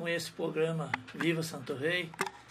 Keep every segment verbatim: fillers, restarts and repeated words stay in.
com esse programa Viva Santo Rei,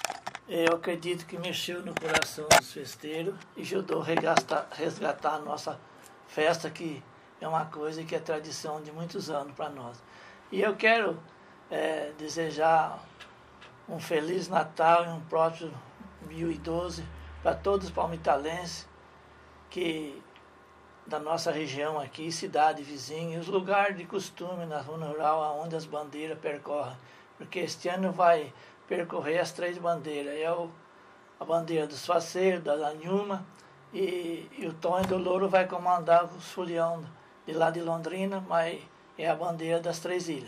eu acredito que mexeu no coração dos festeiros e ajudou a resgatar, resgatar a nossa festa, que é uma coisa que é tradição de muitos anos para nós. E eu quero é, desejar um Feliz Natal e um próximo mil e doze para todos os palmitalenses que, da nossa região aqui, cidade vizinha, os lugares de costume na zona rural onde as bandeiras percorrem, porque este ano vai percorrer as três bandeiras, é o, a bandeira dos faceiros, da Lanhuma, e, e o Tonho do Louro vai comandar os folião de lá de Londrina, mas é a bandeira das Três Ilhas.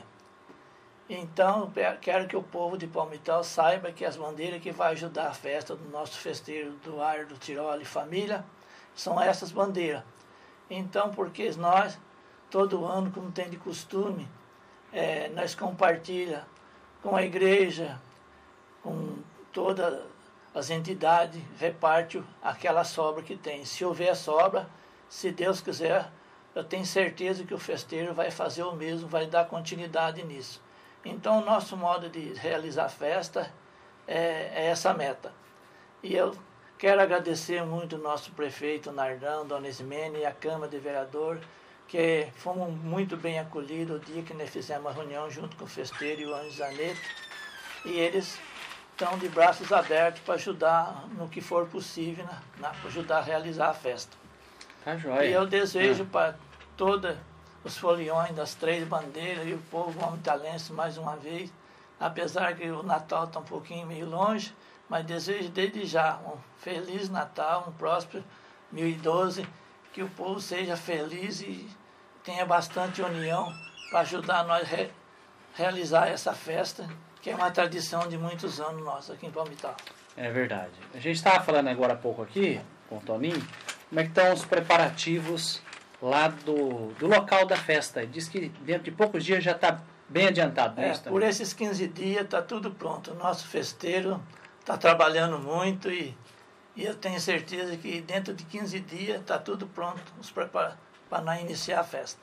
Então, quero que o povo de Palmital saiba que as bandeiras que vai ajudar a festa do nosso festeiro do Ar do Tirol e família são essas bandeiras. Então, porque nós, todo ano, como tem de costume, é, nós compartilha com a igreja, com todas as entidades, reparte aquela sobra que tem. Se houver sobra, se Deus quiser, eu tenho certeza que o festeiro vai fazer o mesmo, vai dar continuidade nisso. Então, o nosso modo de realizar a festa é, é essa meta. E eu quero agradecer muito o nosso prefeito Nardão, Dona Ismene e a Câmara de Vereador, que fomos muito bem acolhidos o dia que nós fizemos a reunião junto com o festeiro e o Anjo Zanetti. E eles estão de braços abertos para ajudar no que for possível, né, para ajudar a realizar a festa. Tá joia. E eu desejo ah. para todos os foliões das três bandeiras e o povo palmitalense mais uma vez, apesar que o Natal está um pouquinho meio longe, mas desejo desde já um Feliz Natal, um próspero mil e doze, que o povo seja feliz e tenha bastante união para ajudar nós a re realizar essa festa, que é uma tradição de muitos anos nossa aqui em Palmital. É verdade. A gente estava falando agora há pouco aqui, com o Toninho, como é que estão os preparativos lá do, do local da festa. Diz que dentro de poucos dias já está bem adiantado. É, isso por esses quinze dias está tudo pronto. O nosso festeiro está trabalhando muito e, e eu tenho certeza que dentro de quinze dias está tudo pronto para nós iniciar a festa.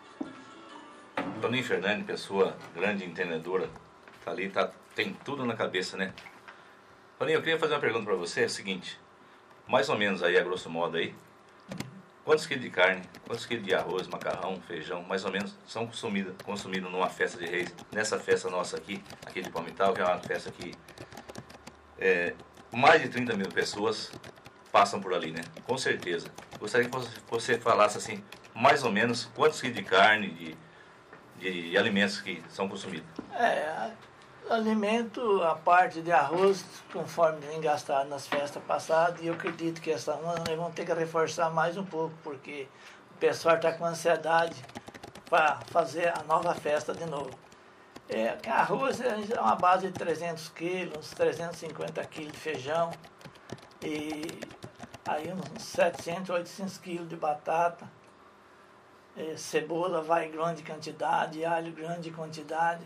Toninho Fernandes, pessoa grande entendedora, tá ali, tá, tem tudo na cabeça, né? Toninho, eu queria fazer uma pergunta para você, é o seguinte, mais ou menos aí, a grosso modo aí, quantos quilos de carne, quantos quilos de arroz, macarrão, feijão, mais ou menos, são consumidos consumidos numa festa de reis, nessa festa nossa aqui, aqui de Palmital, que é uma festa que é, mais de trinta mil pessoas passam por ali, né? Com certeza. Gostaria que você falasse assim, mais ou menos, quantos quilos de carne, de, de alimentos que são consumidos. É, alimento, a parte de arroz, conforme vem gastado nas festas passadas, e eu acredito que essa uma nós vamos ter que reforçar mais um pouco, porque o pessoal está com ansiedade para fazer a nova festa de novo. É, arroz é uma base de trezentos quilos, uns trezentos e cinquenta quilos de feijão, e aí uns setecentos, oitocentos quilos de batata, é, cebola vai em grande quantidade, alho grande quantidade.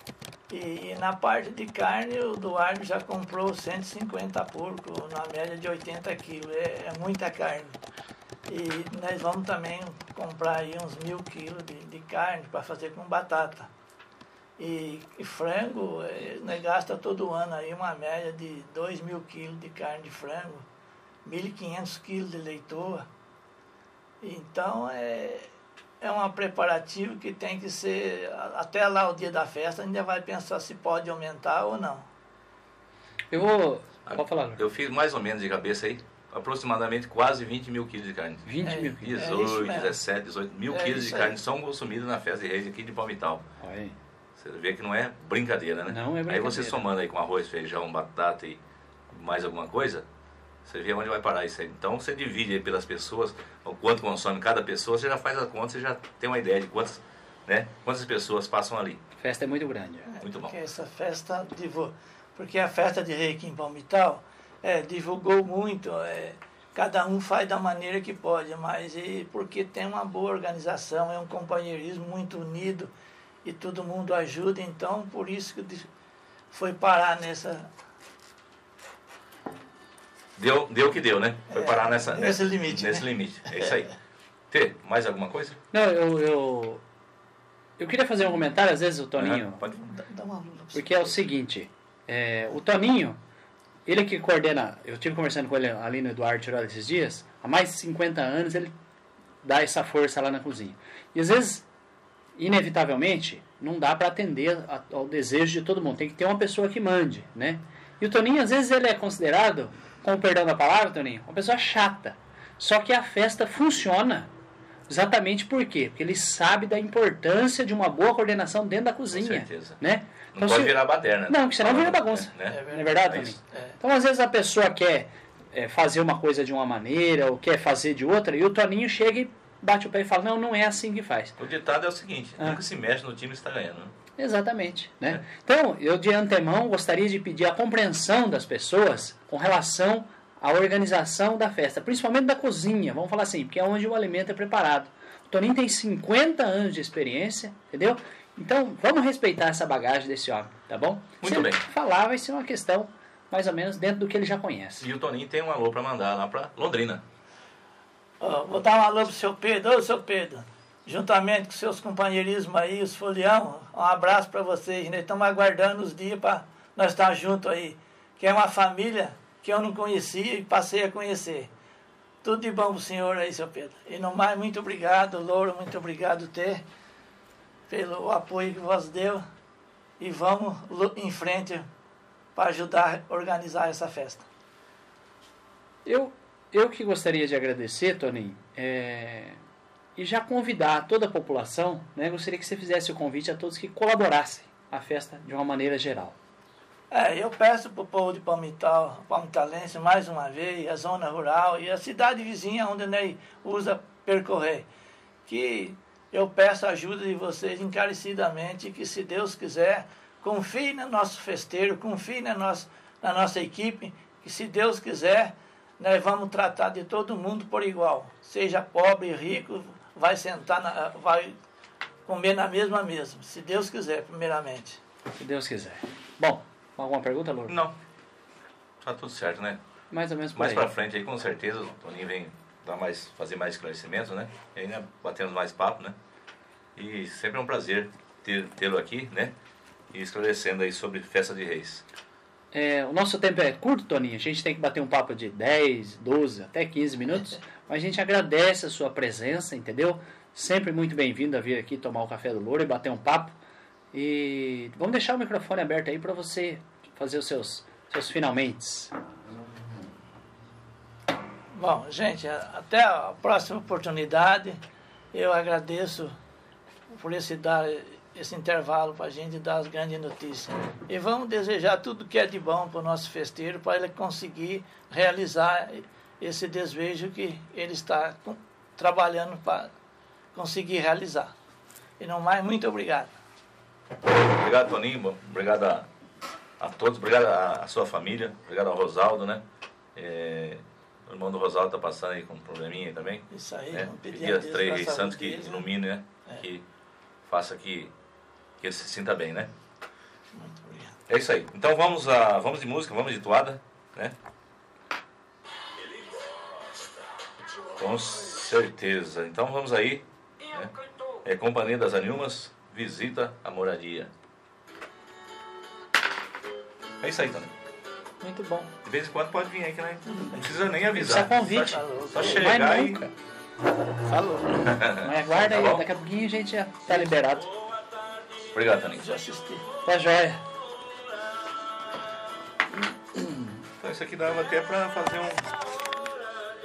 E na parte de carne, o Eduardo já comprou cento e cinquenta porcos, na média de oitenta quilos, é, é muita carne. E nós vamos também comprar aí uns mil quilos de, de carne para fazer com batata. E, e frango, é, nós gastamos todo ano aí uma média de dois mil quilos de carne de frango, mil e quinhentos quilos de leitoa. Então, é... é um preparativo que tem que ser, até lá o dia da festa, ainda vai pensar se pode aumentar ou não. Eu vou... Pode falar. Eu fiz mais ou menos de cabeça aí, aproximadamente quase vinte mil quilos de carne. vinte é, mil quilos? dezoito, é dezessete, dezoito mil é quilos de carne são consumidos na festa de reis aqui de Palmital. Aí. Você vê que não é brincadeira, né? Não é brincadeira. Aí você somando aí com arroz, feijão, batata e mais alguma coisa, você vê onde vai parar isso aí. Então você divide aí pelas pessoas, o quanto consome cada pessoa, você já faz a conta, você já tem uma ideia de quantas, né, quantas pessoas passam ali. A festa é muito grande. É, muito bom. Porque essa festa, porque a festa de rei aqui em Palmital é, divulgou muito, é, cada um faz da maneira que pode, mas e, porque tem uma boa organização, é um companheirismo muito unido e todo mundo ajuda, então por isso que foi parar nessa... Deu, deu o que deu, né? Foi É, parar nessa, nesse nessa, limite, Nesse né? limite, é isso aí. Tê, mais alguma coisa? Não, eu, eu eu queria fazer um comentário, às vezes o Toninho... Uhum, pode. Dá, dá uma lula pra você. Porque é o seguinte, é, o Toninho, ele que coordena, eu estive conversando com ele ali no Eduardo Tiroli esses dias, há mais de cinquenta anos ele dá essa força lá na cozinha. E às vezes, inevitavelmente, não dá para atender a, ao desejo de todo mundo, tem que ter uma pessoa que mande, né? E o Toninho, às vezes, ele é considerado, com o perdão da palavra, Toninho, uma pessoa chata. Só que a festa funciona. Exatamente por quê? Porque ele sabe da importância de uma boa coordenação dentro da cozinha. Com certeza. Né? Não Então, pode se... virar baderna. Não, porque senão vira bagunça. É, né? Não é verdade, É Toninho? É. Então, às vezes, a pessoa quer é, fazer uma coisa de uma maneira ou quer fazer de outra, e o Toninho chega e bate o pé e fala, não, não é assim que faz. O ditado é o seguinte, Ah. nunca se mexe no time que está ganhando. Né? Exatamente. Né? Então, eu de antemão gostaria de pedir a compreensão das pessoas com relação à organização da festa, principalmente da cozinha, vamos falar assim, porque é onde o alimento é preparado. O Toninho tem cinquenta anos de experiência, entendeu? Então, vamos respeitar essa bagagem desse homem, tá bom? Muito Se bem. ele falar, vai ser uma questão mais ou menos dentro do que ele já conhece. E o Toninho tem um alô para mandar lá para Londrina. Ó, vou dar um alô pro seu Pedro. Ô, seu Pedro, juntamente com seus companheirismos aí, os folião, um abraço para vocês. Nós estamos aguardando os dias para nós estar juntos aí. Que é uma família que eu não conhecia e passei a conhecer. Tudo de bom pro senhor aí, seu Pedro. E no mais, muito obrigado, Louro, muito obrigado, Tê, pelo apoio que vos deu. E vamos em frente para ajudar a organizar essa festa. Eu, eu que gostaria de agradecer, Toninho, é, e já convidar toda a população, né, gostaria que você fizesse o convite a todos que colaborassem à festa de uma maneira geral. É, eu peço para o povo de Palmital, palmitalense, mais uma vez, a zona rural e a cidade vizinha onde nós usa percorrer, que eu peço a ajuda de vocês encarecidamente, que se Deus quiser, confie no nosso festeiro, confie na nossa, na nossa equipe, que se Deus quiser, nós vamos tratar de todo mundo por igual. Seja pobre, rico, vai sentar, na, vai comer na mesma mesa, se Deus quiser, primeiramente. Se Deus quiser. Bom, alguma pergunta, Louro? Não. Tá tudo certo, né? Mais ou menos por Mais aí. pra frente aí, com certeza, o Toninho vem dar mais, fazer mais esclarecimentos, né? E aí, né, batemos mais papo, né? E sempre é um prazer ter, tê-lo aqui, né? E esclarecendo aí sobre Festa de Reis. É, o nosso tempo é curto, Toninho. A gente tem que bater um papo de dez, doze, até quinze minutos. Mas a gente agradece a sua presença, entendeu? Sempre muito bem-vindo a vir aqui tomar o café do Louro e bater um papo. E vamos deixar o microfone aberto aí para você fazer os seus, seus finalmentes. Bom, gente, até a próxima oportunidade. Eu agradeço por esse, dar, esse intervalo para a gente dar as grandes notícias. E vamos desejar tudo que é de bom para o nosso festeiro, para ele conseguir realizar esse desejo que ele está trabalhando para conseguir realizar. E não mais, muito obrigado. Obrigado, Toninho. Obrigado a, a todos. Obrigado a, a sua família. Obrigado ao Rosaldo, né? É, o irmão do Rosaldo está passando aí com um probleminha aí também. Isso aí, Né? vamos pedir Pedir a as Deus três pra reis saúde santos que deles, né? ilumine, né? É. Que faça que, que ele se sinta bem, né? Muito obrigado. É isso aí. Então vamos, a, vamos de música, vamos de toada, né? Com certeza. Então vamos aí. Né? É Companhia das Anilmas, Visita a Moradia. É isso aí, Tony. Muito bom. De vez em quando pode vir aí, que né? Não precisa nem Isso é avisar. convite. Só, só Mas chegar e... nunca. Falou. Mas aguarda aí, Tá bom? daqui a pouquinho a gente já tá liberado. Obrigado, Toninho. Já assisti. Tá joia. Então isso aqui dava até pra fazer um...